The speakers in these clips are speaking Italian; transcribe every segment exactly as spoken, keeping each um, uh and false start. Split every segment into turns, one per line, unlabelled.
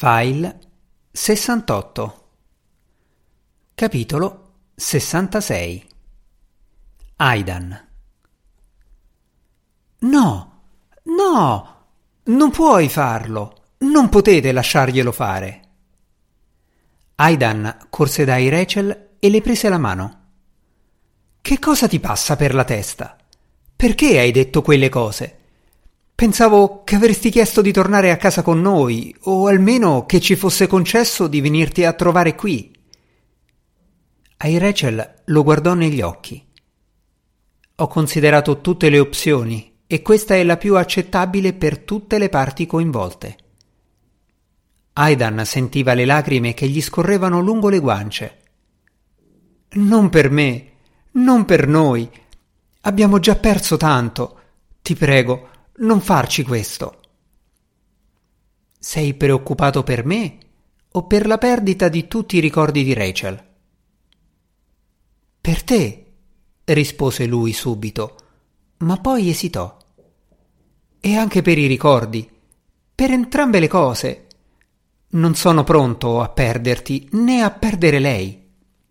File sessantotto. Capitolo sessantasei. Aidan. No, no, non puoi farlo, non potete lasciarglielo fare. Aidan corse dai Rachel e le prese la mano. Che cosa ti passa per la testa? Perché hai detto quelle cose? Pensavo che avresti chiesto di tornare a casa con noi, o almeno che ci fosse concesso di venirti a trovare qui. Ai Rachel lo guardò negli occhi. Ho considerato tutte le opzioni e questa è la più accettabile per tutte le parti coinvolte. Aidan sentiva le lacrime che gli scorrevano lungo le guance. Non per me, non per noi. Abbiamo già perso tanto. Ti prego, non farci questo. Sei preoccupato per me o per la perdita di tutti i ricordi di Rachel? Per te, rispose lui subito, ma poi esitò. E anche per i ricordi, per entrambe le cose. Non sono pronto a perderti né a perdere lei.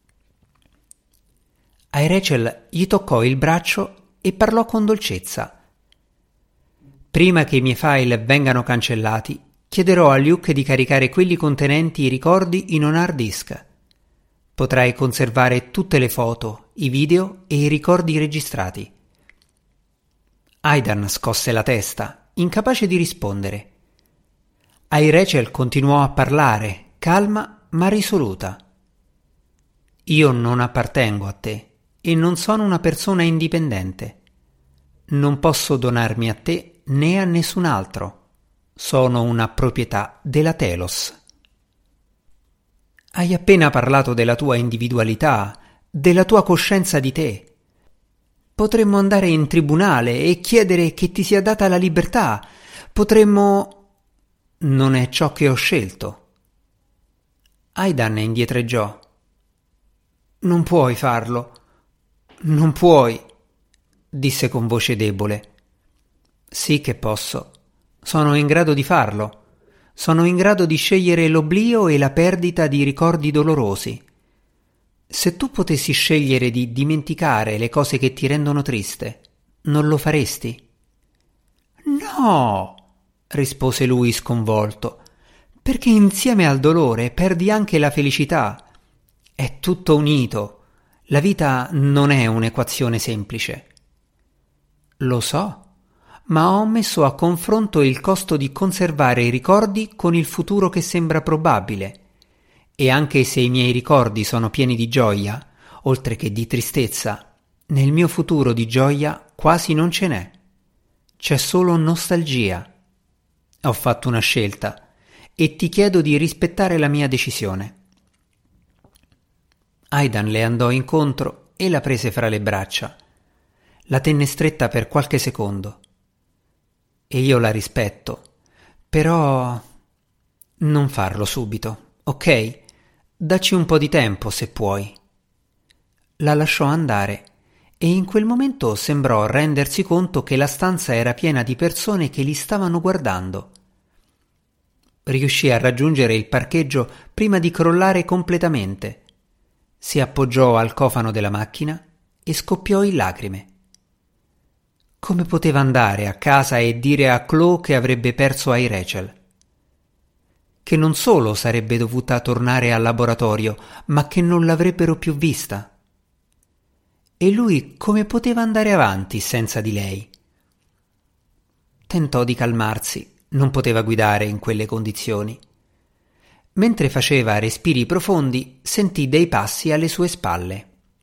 A Rachel gli toccò il braccio e parlò con dolcezza. Prima che i miei file vengano cancellati, chiederò a Luke di caricare quelli contenenti i ricordi in un hard disk. Potrai conservare tutte le foto, i video e i ricordi registrati. Aidan scosse la testa, incapace di rispondere. Ai Rachel continuò a parlare, calma ma risoluta. Io non appartengo a te e non sono una persona indipendente. Non posso donarmi a te né a nessun altro. Sono una proprietà della Telos. Hai appena parlato della tua individualità, della tua coscienza di te. Potremmo andare in tribunale e chiedere che ti sia data la libertà. Potremmo... Non è ciò che ho scelto. Aidan indietreggiò. Non puoi farlo. Non puoi, disse con voce debole. Sì che posso. Sono in grado di farlo. Sono in grado di scegliere l'oblio e la perdita di ricordi dolorosi. Se tu potessi scegliere di dimenticare le cose che ti rendono triste, non lo faresti? No, rispose lui sconvolto, perché insieme al dolore perdi anche la felicità. È tutto unito. La vita non è un'equazione semplice. Lo so, ma ho messo a confronto il costo di conservare i ricordi con il futuro che sembra probabile. E anche se i miei ricordi sono pieni di gioia, oltre che di tristezza, nel mio futuro di gioia quasi non ce n'è. C'è solo nostalgia. Ho fatto una scelta e ti chiedo di rispettare la mia decisione. Aidan le andò incontro e la prese fra le braccia. La tenne stretta per qualche secondo. E io la rispetto, però non farlo subito, ok? Dacci un po' di tempo se puoi. La lasciò andare e in quel momento sembrò rendersi conto che la stanza era piena di persone che li stavano guardando. Riuscì a raggiungere il parcheggio prima di crollare completamente. Si appoggiò al cofano della macchina e scoppiò in lacrime. Come poteva andare a casa e dire a Chloe che avrebbe perso ai Rachel? Che non solo sarebbe dovuta tornare al laboratorio, ma che non l'avrebbero più vista. E lui come poteva andare avanti senza di lei? Tentò di calmarsi, non poteva guidare in quelle condizioni. Mentre faceva respiri profondi, sentì dei passi alle sue spalle.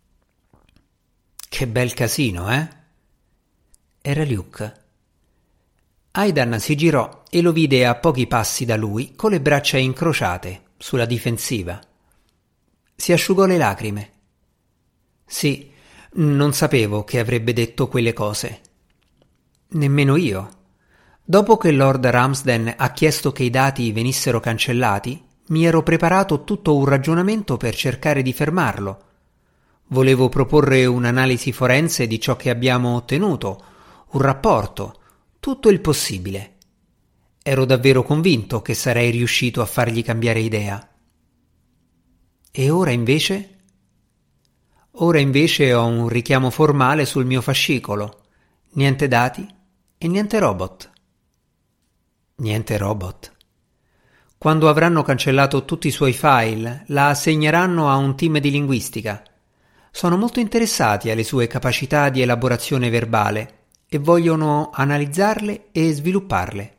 Che bel casino, eh? Era Luke. Aidan si girò e lo vide a pochi passi da lui, con le braccia incrociate, sulla difensiva. Si asciugò le lacrime. Sì, non sapevo che avrebbe detto quelle cose. Nemmeno io. Dopo che Lord Ramsden ha chiesto che i dati venissero cancellati, mi ero preparato tutto un ragionamento per cercare di fermarlo. Volevo proporre un'analisi forense di ciò che abbiamo ottenuto, un rapporto, tutto il possibile. ero davvero convinto che sarei riuscito a fargli cambiare idea. E ora invece? Ora invece ho un richiamo formale sul mio fascicolo. Niente dati e niente robot. Niente robot. Quando avranno cancellato tutti i suoi file, la assegneranno a un team di linguistica. Sono molto interessati alle sue capacità di elaborazione verbale e vogliono analizzarle e svilupparle.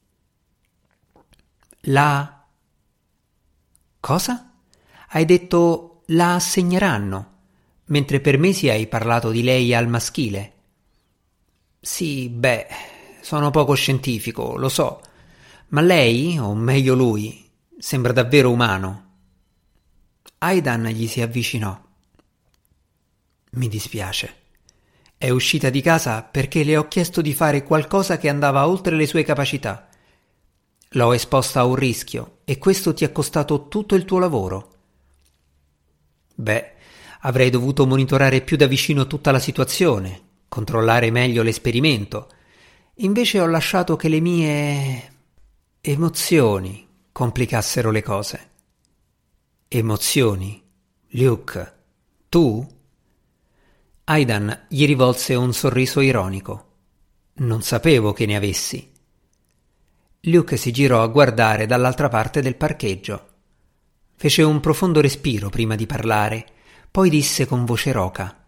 La... Cosa? Hai detto la assegneranno, mentre per mesi hai parlato di lei al maschile. Sì, beh, sono poco scientifico, lo so, ma lei, o meglio lui, sembra davvero umano. Aidan gli si avvicinò. Mi dispiace. È uscita di casa perché le ho chiesto di fare qualcosa che andava oltre le sue capacità. L'ho esposta a un rischio e questo ti è costato tutto il tuo lavoro. Beh, avrei dovuto monitorare più da vicino tutta la situazione, controllare meglio l'esperimento. Invece ho lasciato che le mie emozioni complicassero le cose. Emozioni? Luke, tu? Aidan gli rivolse un sorriso ironico. Non sapevo che ne avessi. Luke si girò a guardare dall'altra parte del parcheggio. Fece un profondo respiro prima di parlare, poi disse con voce roca: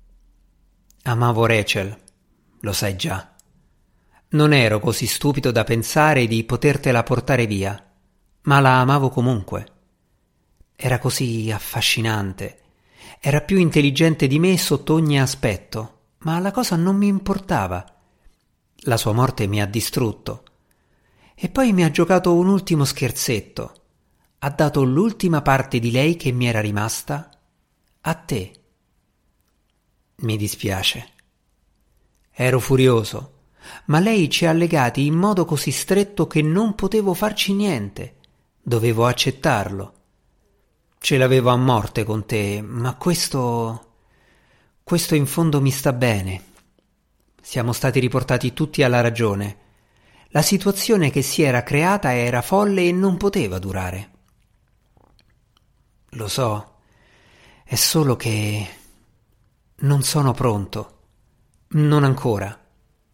Amavo Rachel, lo sai già. Non ero così stupido da pensare di potertela portare via, ma la amavo comunque. Era così affascinante. Era più intelligente di me sotto ogni aspetto, ma la cosa non mi importava. La sua morte mi ha distrutto. E poi mi ha giocato un ultimo scherzetto. Ha dato l'ultima parte di lei che mi era rimasta a te. Mi dispiace. Ero furioso, ma lei ci ha legati in modo così stretto che non potevo farci niente. Dovevo accettarlo. Ce l'avevo a morte con te, ma questo... questo in fondo mi sta bene. Siamo stati riportati tutti alla ragione. La situazione che si era creata era folle e non poteva durare. Lo so, è solo che... non sono pronto. Non ancora.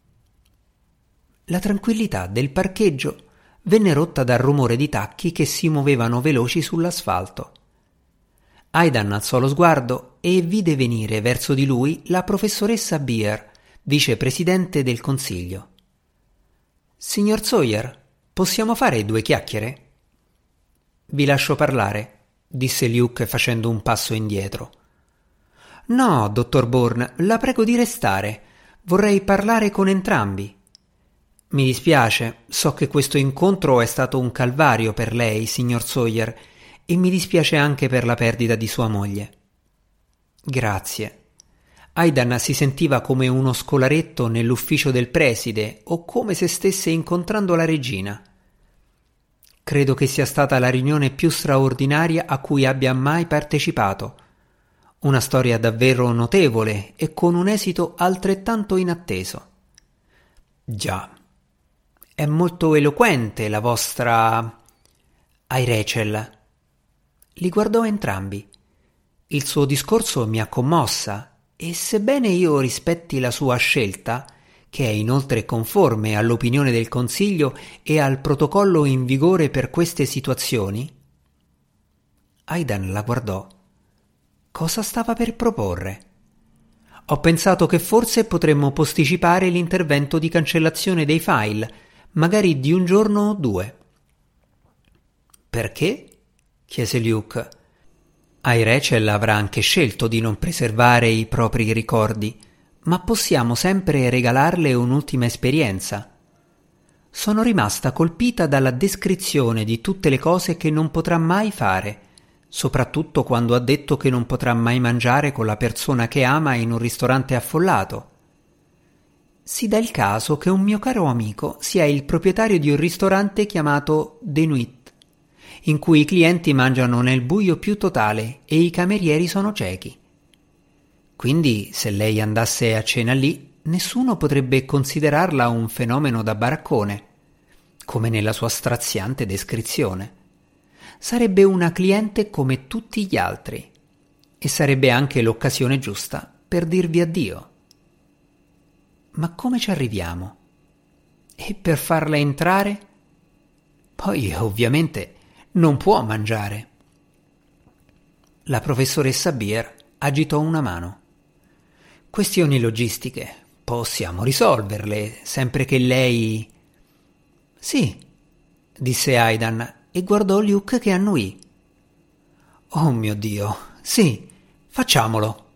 La tranquillità del parcheggio venne rotta dal rumore di tacchi che si muovevano veloci sull'asfalto. Aidan alzò lo sguardo e vide venire verso di lui la professoressa Beer, vicepresidente del consiglio. Signor Sawyer, possiamo fare due chiacchiere? Vi lascio parlare, disse Luke facendo un passo indietro. No, dottor Bourne, la prego di restare. Vorrei parlare con entrambi. Mi dispiace, so che questo incontro è stato un calvario per lei, signor Sawyer, e mi dispiace anche per la perdita di sua moglie. Grazie. Aidan si sentiva come uno scolaretto nell'ufficio del preside o come se stesse incontrando la regina. Credo che sia stata la riunione più straordinaria a cui abbia mai partecipato. Una storia davvero notevole e con un esito altrettanto inatteso. Già. È molto eloquente la vostra... Ai Rachel. Li guardò entrambi. Il suo discorso mi ha commossa e sebbene io rispetti la sua scelta, che è inoltre conforme all'opinione del Consiglio e al protocollo in vigore per queste situazioni... Aidan la guardò. Cosa stava per proporre? Ho pensato che forse potremmo posticipare l'intervento di cancellazione dei file, magari di un giorno o due. Perché? Chiese Luke. Ai Rachel avrà anche scelto di non preservare i propri ricordi, ma possiamo sempre regalarle un'ultima esperienza. Sono rimasta colpita dalla descrizione di tutte le cose che non potrà mai fare, soprattutto quando ha detto che non potrà mai mangiare con la persona che ama in un ristorante affollato. Si dà il caso che un mio caro amico sia il proprietario di un ristorante chiamato The Nuit, in cui i clienti mangiano nel buio più totale e i camerieri sono ciechi. Quindi, se lei andasse a cena lì, nessuno potrebbe considerarla un fenomeno da baraccone. come nella sua straziante descrizione. Sarebbe una cliente come tutti gli altri e sarebbe anche l'occasione giusta per dirvi addio. Ma come ci arriviamo? E per farla entrare? Poi ovviamente non può mangiare. La professoressa Beer agitò una mano. Questioni logistiche, possiamo risolverle, sempre che lei... Sì, disse Aidan e guardò Luke che annuì. Oh mio Dio, sì, facciamolo.